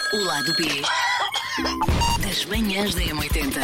O lado B das manhãs da M80.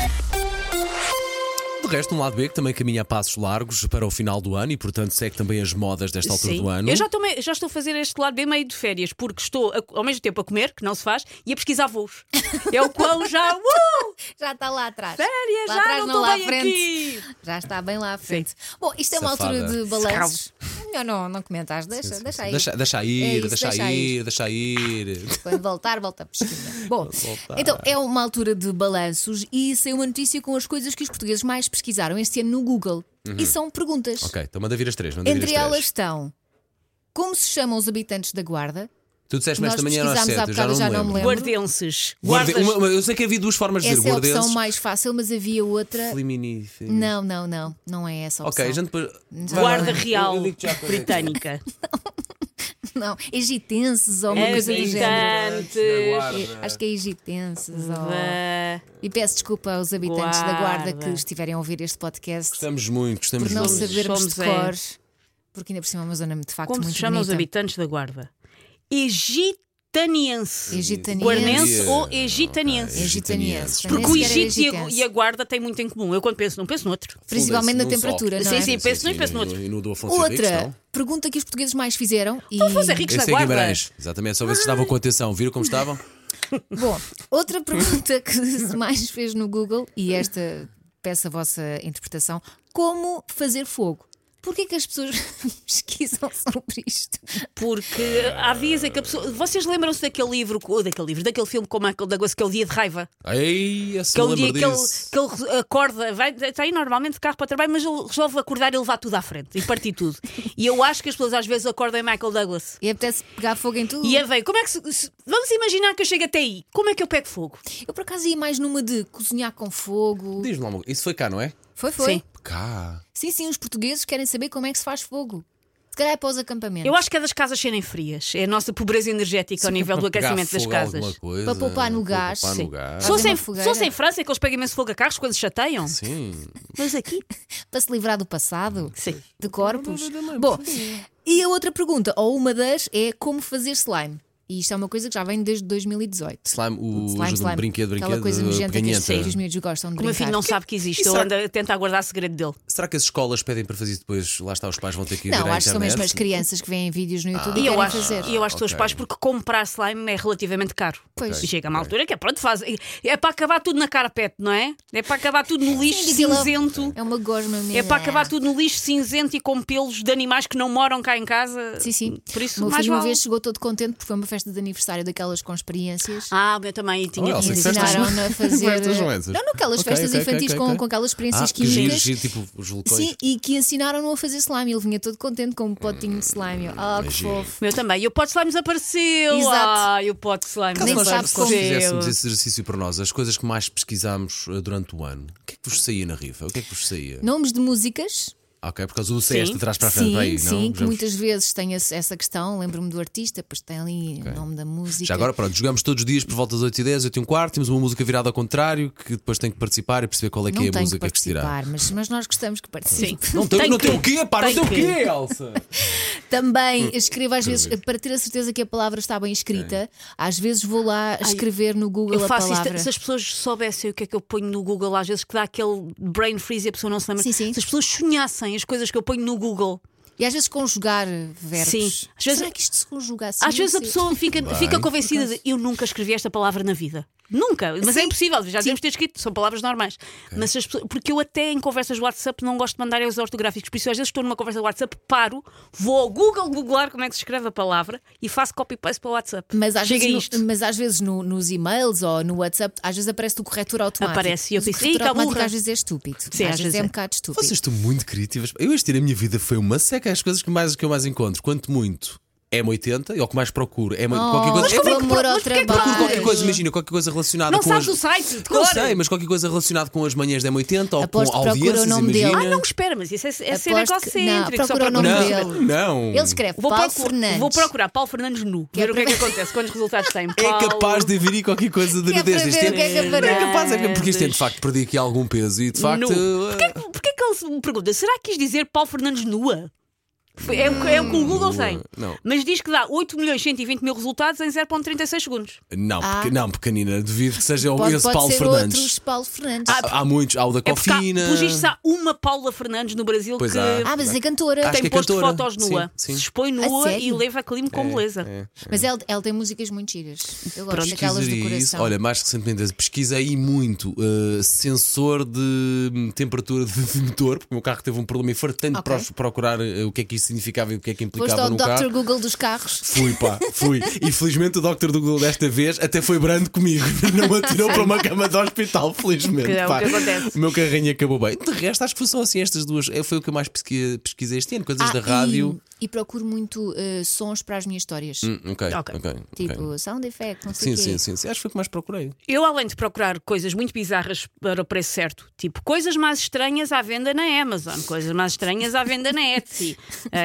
De resto, um lado B que também caminha a passos largos para o final do ano e, portanto, segue também as modas desta altura Sim. do ano. Eu já estou a fazer este lado bem meio de férias, porque estou ao mesmo tempo a comer, que não se faz, e a pesquisar voos. É o quão já. Já está lá atrás. Férias, lá já atrás, não não estou lá à bem frente. aqui. Já está bem lá à frente. Bom, isto é uma Safada. altura de balanços. É melhor não comentares, deixa aí. Deixa É ir, isso, deixa ir. Quando voltar, volta a pesquinha. Bom, voltar. então é uma altura de balanços e saiu uma notícia com as coisas que os portugueses mais pesquisaram este ano no Google. E são perguntas. Ok, então manda vir as três. Manda vir Entre as três. elas estão: como se chamam os habitantes da Guarda? Tu disseste-me Nós esta manhã às pesquisámos há 7, bocado, já não me lembro. Guardenses. Guarda- Guardas. eu sei que havia duas formas de dizer Essa é a opção guardenses. mais fácil, mas havia outra. Flimini. Não é essa a opção. Ok, a gente depois. Guarda Real Eu digo já qual é. Britânica. Não, egitenses ou uma coisa do género. Habitantes. Acho que é egitenses. da- E peço desculpa aos habitantes da Guarda Guarda. que estiverem a ouvir este podcast Gostamos muito. por não Somos- sabermos de somos cor, porque ainda por cima é uma zona de facto Como muito se chamam os bonita. habitantes da Guarda? Egitaniense. Egitaniense. Guardense ou egitaniense. Egitanienses. Porque o Nem sequer era Egito egitense. e a Guarda têm muito em comum. Eu quando penso num, penso no outro. Principalmente na Fundem-se num temperatura, só. não é? Sim, penso num e penso no outro. E no do Afonso Henriques, Outra não? pergunta que os portugueses mais fizeram e... Afonso Henriques na Esse é Guarda. Guimarães. Exatamente, só ver se estavam com atenção. Viram como estavam? Bom, outra pergunta que se mais fez no Google, e esta peço a vossa interpretação: como fazer fogo? Porquê que as pessoas pesquisam sobre isto? Porque há dias em que a pessoa. Vocês lembram-se daquele daquele filme com o Michael Douglas, que é o Dia de Raiva? Ei, esse Aquele dia lembro que ele, disso. que ele acorda, está aí normalmente de carro para o trabalho, mas ele resolve acordar e levar tudo à frente e partir tudo. E eu acho que as pessoas às vezes acordam em Michael Douglas. E apetece pegar fogo em tudo? E é bem, como é que vamos imaginar que eu chego até aí? Como é que eu pego fogo? Eu por acaso ia mais numa de cozinhar com fogo. Diz-me lá, isso foi cá, não é? Foi. Sim. Cá. Sim, os portugueses querem saber como é que se faz fogo. Se calhar é para os acampamentos. Eu acho que é das casas serem frias. É a nossa pobreza energética ao nível do Pegar aquecimento das fogo a alguma casas. coisa, Para poupar no gás. Poupar no Sim. gás. Se fosse Fazer em- uma se fogueira. fosse em França, que eles pegam imenso fogo a carros quando se chateiam. Sim. Mas aqui. Para se livrar do passado, Sim. de corpos. Bom, e a outra pergunta, ou uma das, é como fazer slime. E isto é uma coisa que já vem desde 2018. Slime, o Slime. brinquedo, Aquela coisa nojenta que peganhenta. os miúdos gostam de O meu brincar. filho não sabe que existe. E Ele será anda a tentar guardar segredo dele. Será que as escolas pedem para fazer isso depois? Lá está, os pais vão ter que ir Não, à acho que são internet? mesmo as crianças que veem vídeos no YouTube e E eu querem acho, fazer. e eu acho que são os Ok. pais, porque comprar slime é relativamente caro. Pois. E chega a uma altura que é pronto, faz. É para acabar tudo na carpete, não é? É para acabar tudo no lixo Diz ele, cinzento. É uma gosma mesmo. É para acabar tudo no lixo cinzento e com pelos de animais que não moram cá em casa. Sim. Por isso, O meu mais filho uma vale. vez chegou todo contente porque foi uma festa de aniversário daquelas com experiências. Ah, o meu também tinha. Olha, E que festas ensinaram-na a fazer. festas são essas? Não, naquelas Ok, festas ok, infantis ok, ok. com aquelas experiências que giro, químicas. giro, tipo os vulcões. Sim, e que ensinaram-no a fazer slime. Ele vinha todo contente com um potinho de slime. Que giro. fofo. O meu também. E o pote de slime desapareceu. Exato. E o pote de slime Caso Nem nós, sabe se nós como. fizéssemos esse exercício para nós, as coisas que mais pesquisámos durante o ano, o que é que vos saía na rifa? O que é que vos saía? Nomes de músicas. Ok, por causa do CS Sim. de trás para a frente, Sim, vai aí, sim, não? que Já- muitas vezes tem essa questão. Lembro-me do artista, depois tem ali o nome da música. Já agora, pronto, jogamos todos os dias por volta das 8h10, 8h15, temos uma música virada ao contrário, que depois tem que participar e perceber qual é que Não é a tem que música que se dirá. participar, mas nós gostamos que participe. Não tem, Tem não tem que- o quê, pá? Não tem tem o que- quê, Elsa? Também escrevo às vezes, para ter a certeza que a palavra está bem escrita, às vezes vou lá escrever no Google Eu a faço palavra. isto. Se as pessoas soubessem o que é que eu ponho no Google, às vezes que dá aquele brain freeze e a pessoa não se lembra. Sim, sim. Se as pessoas sonhassem as coisas que eu ponho no Google. E às vezes conjugar verbos. Sim. Às vezes- Será que isto se conjuga assim? Às Não vezes a sei. pessoa fica convencida de eu nunca escrevi esta palavra na vida. Nunca, mas é Sim. impossível, já devemos ter escrito, são palavras normais. Mas se as pessoas, porque eu até em conversas de WhatsApp não gosto de mandar erros ortográficos, por isso às vezes estou numa conversa de WhatsApp, paro, vou ao googlar como é que se escreve a palavra e faço copy-paste para o WhatsApp. Mas às Chega a vezes, isto. mas às vezes nos e-mails ou no WhatsApp, às vezes aparece o corretor automático. Aparece, e eu Mas o penso, corretor "Ih, que automático burra." às vezes é estúpido. Sim, às vezes é um bocado estúpido. Vocês estão muito criativas. Eu este ano a minha vida foi uma seca. As coisas que eu mais encontro, quanto muito, é M80, e o que mais procuro é qualquer coisa. Mas como amor ao porquê que trabalho. Procuro qualquer coisa, imagina, qualquer coisa relacionada Não com sabes as... o site, de Não cor. sei, mas qualquer coisa relacionada com as manhãs da M80 ou Aposto com que procura o audiências, nome dele. imagina. Ah, não, espera, mas isso é ser Aposto que- egocêntrico. não, só procura o nome procurar- dele. Não. Ele escreve Paulo Fernandes. Vou procurar Paulo Fernandes nu, Que é ver o que é que para- acontece, quantos resultados tem. É capaz de haver aí qualquer coisa de Que é para nudez. ver o que é que é aparece. capaz, porque este ano de facto perdi aqui algum peso e de facto. Nu. Porquê que ele se me pergunta, será que quis dizer Paulo Fernandes nua? É o que o Google tem. Não. Mas diz que dá 8.120.000 resultados em 0,36 segundos. Não, pequenina, devido que seja Pode esse Paulo ser Fernandes. outros Paulo Fernandes. Há muitos, há o da É porque Cofina. pelos vistos há uma Paula Fernandes no Brasil Pois que há. Mas é cantora. Acho tem que é posto cantora. fotos nua. Sim, sim. Se expõe A nua sério? e leva a clima com beleza. Mas ela tem músicas muito giras. Eu gosto Pronto. daquelas do Dizer isso, coração. olha, mais recentemente pesquisei muito sensor de temperatura de motor, porque o meu carro teve um problema e fartei de Ok. procurar o que é que isso significava e o que é que Foste implicava ao no Dr. carro. Google dos carros. Fui. E felizmente o Dr. Google desta vez até foi brando comigo. Não me atirou para uma cama de hospital, felizmente. Que é o pá. que acontece. O meu carrinho acabou bem. De resto, acho que são assim estas duas. Foi o que eu mais pesquisei este ano, coisas da rádio. E procuro muito sons para as minhas histórias. Ok. Tipo, sound effect, não sei Sim, o quê. sim. Acho que foi o que mais procurei. Eu, além de procurar coisas muito bizarras para o preço certo, tipo coisas mais estranhas à venda na Amazon, coisas mais estranhas à venda na Etsy,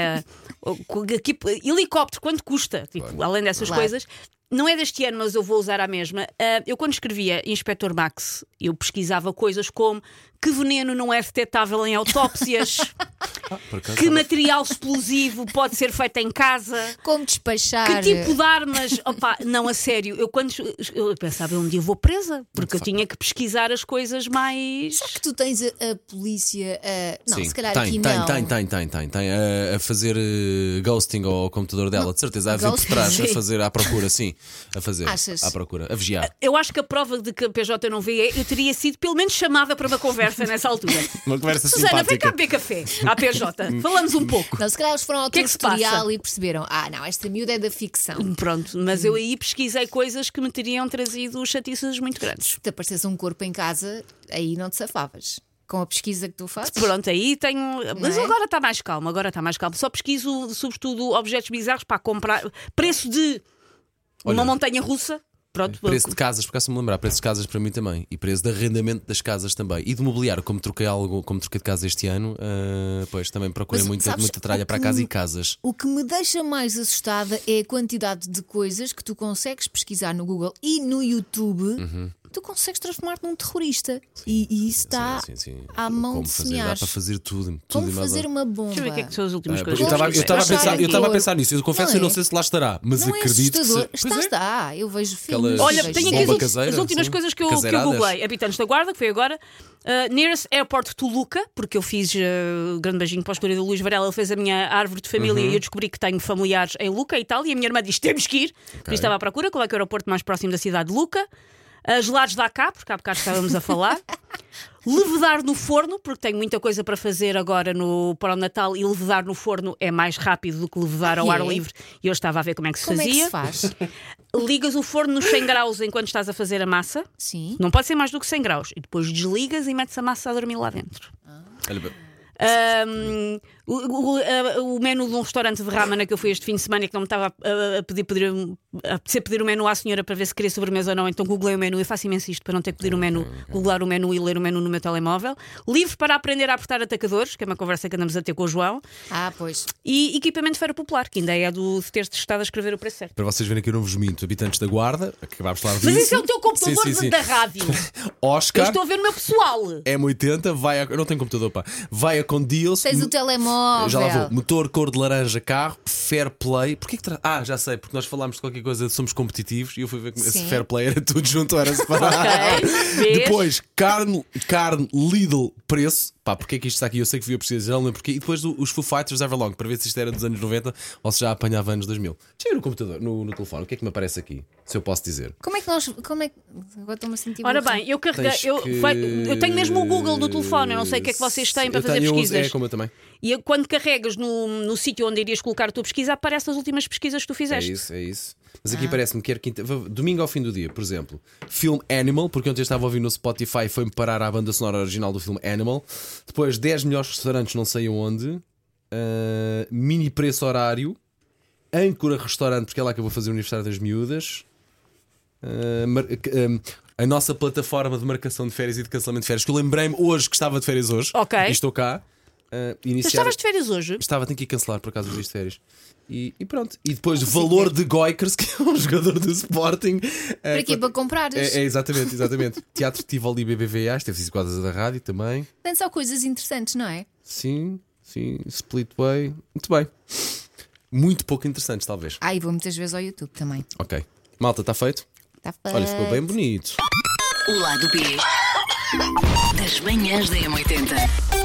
helicóptero, quanto custa? Tipo, além dessas Claro. coisas. Não é deste ano, mas eu vou usar a mesma. Eu, quando escrevia Inspector Max, eu pesquisava coisas como que veneno não é detetável em autópsias, Por acaso, que material explosivo pode ser feito em casa. Como despachar. Que tipo de armas? Opa, não, a sério, eu pensava, um dia vou presa, porque eu tinha que pesquisar as coisas mais. Que tu tens a polícia não, Sim, se calhar tem, aqui tem, não. tem a fazer ghosting ao computador dela, de certeza, a vir por Ghosting, trás, a sim. fazer à procura, sim, a fazer Achas? à procura, a vigiar. Eu acho que a prova de que a PJ não vê é eu teria sido pelo menos chamada para uma conversa nessa altura. Uma conversa Susana, vem cá simpática. beber café à PJ. Falamos um pouco. Não, se calhar eles foram ao Que é teu que se tutorial passa? e perceberam: não, esta miúda é da ficção. Pronto, mas eu aí pesquisei coisas que me teriam trazido chatices muito grandes. Se te aparecesse um corpo em casa, aí não te safavas. Com a pesquisa que tu fazes. Pronto, aí tenho. Mas é? agora está mais calmo, Só pesquiso, sobretudo, objetos bizarros para comprar. Preço de uma Olha, montanha russa. Pronto, Preço de casas, por acaso me lembrar, preço de casas para mim também. E preço de arrendamento das casas também. E de mobiliário, como troquei de casa este ano, pois também procurei Mas, sabes, muita tralha o para que casa me- e casas. O que me deixa mais assustada é a quantidade de coisas que tu consegues pesquisar no Google e no YouTube. Tu consegues transformar-te num terrorista. E isso está Sim. à mão Como de fazer, dá semear. para fazer tudo. Como tudo e mais fazer nada. uma bomba. Deixa eu ver o que é que são as últimas Eu coisas. estava que a pesquisei. pensar nisso. Eu confesso Não que eu não é? sei se lá estará, mas Não é acredito que assustador. se... Pois é. Está. Eu vejo filmes. Aquelas- Olha, vejo tenho aqui séries. bomba caseira, as últimas sim. coisas que eu Caseiradas. googlei. Habitantes da Guarda, que foi agora. Nearest Airport to Luca, porque eu fiz grande beijinho para a história do Luís Varela. Ele fez a minha árvore de família e eu descobri que tenho familiares em Luca e tal. E a minha irmã diz: temos que ir. Por isso estava à procura. Qual é que é o aeroporto mais próximo da cidade de Luca? Gelados da cá, porque há bocado estávamos a falar. Levedar no forno, porque tenho muita coisa para fazer agora para o Natal e levedar no forno é mais rápido do que levedar ao ar É? livre. E eu estava a ver como é que se Como é que fazia. se faz? Ligas o forno nos 100 graus enquanto estás a fazer a massa. Sim. Não pode ser mais do que 100 graus. E depois desligas e metes a massa a dormir lá dentro. Olha, O menu de um restaurante de ramen que eu fui este fim de semana, que não me estava a pedir o menu à senhora para ver se queria sobremesa ou não, então googlei o menu. Eu faço imenso isto para não ter que pedir o menu, googlar o menu e ler o menu no meu telemóvel. Livro para aprender a apertar atacadores, que é uma conversa que andamos a ter com o João. Pois. E equipamento de feira popular, que ainda é do teres estado a escrever o preço certo. para vocês verem que eu não vos minto, habitantes da Guarda, acabámos de falar disso. Mas isso é o teu computador Sim. da rádio. Eu Oscar estou a ver o meu pessoal. M80, eu não tenho computador, pá. Vai a com deals. Tens o telemóvel. Já lá vou. Motor cor de laranja, carro, fair play. Porquê que já sei, porque nós falámos de qualquer coisa, somos competitivos e eu fui ver que esse Sim. fair play era tudo junto, era separado. Ok, vês? Depois, carne Lidl, preço. Pá, porque é que isto está aqui? Eu sei que fui a precisar, já não lembro porquê. E depois os Foo Fighters Everlong, para ver se isto era dos anos 90 ou se já apanhava anos 2000. Deixa eu ver no computador, no telefone, o que é que me aparece aqui? Se eu posso dizer. Como é que agora estou-me a sentir Ora burra. bem, eu carreguei. Tens Eu que- tenho mesmo o Google no telefone. Eu não sei o que é que vocês têm para Eu fazer tenho, pesquisas. É como eu também. E quando carregas no sítio onde irias colocar a tua pesquisa, aparecem as últimas pesquisas que tu É fizeste. isso. Mas aqui parece-me que domingo ao fim do dia, por exemplo, filme Animal, porque ontem eu estava a ouvir no Spotify e foi-me parar à banda sonora original do filme Animal. Depois 10 melhores restaurantes, não sei onde. Mini preço horário. Âncora restaurante, porque é lá que eu vou fazer o aniversário das miúdas. A nossa plataforma de marcação de férias e de cancelamento de férias, que eu lembrei-me hoje que estava de férias hoje. Ok. E estou cá. Tu estavas de férias hoje? Estava, tenho que ir cancelar por acaso dos dias de férias. E pronto. E depois valor de Goikers, que é um jogador do Sporting. Para quê? Para comprares? Exatamente. Teatro Tivoli BBVA, esteve quase da rádio também. Tem só coisas interessantes, não é? Sim. Sim, Splitway. Muito bem. Muito pouco interessantes, talvez. E vou muitas vezes ao YouTube também. Ok. Malta, está feito? Tá feito. Olha, ficou bem bonito. O lado B das manhãs da M80.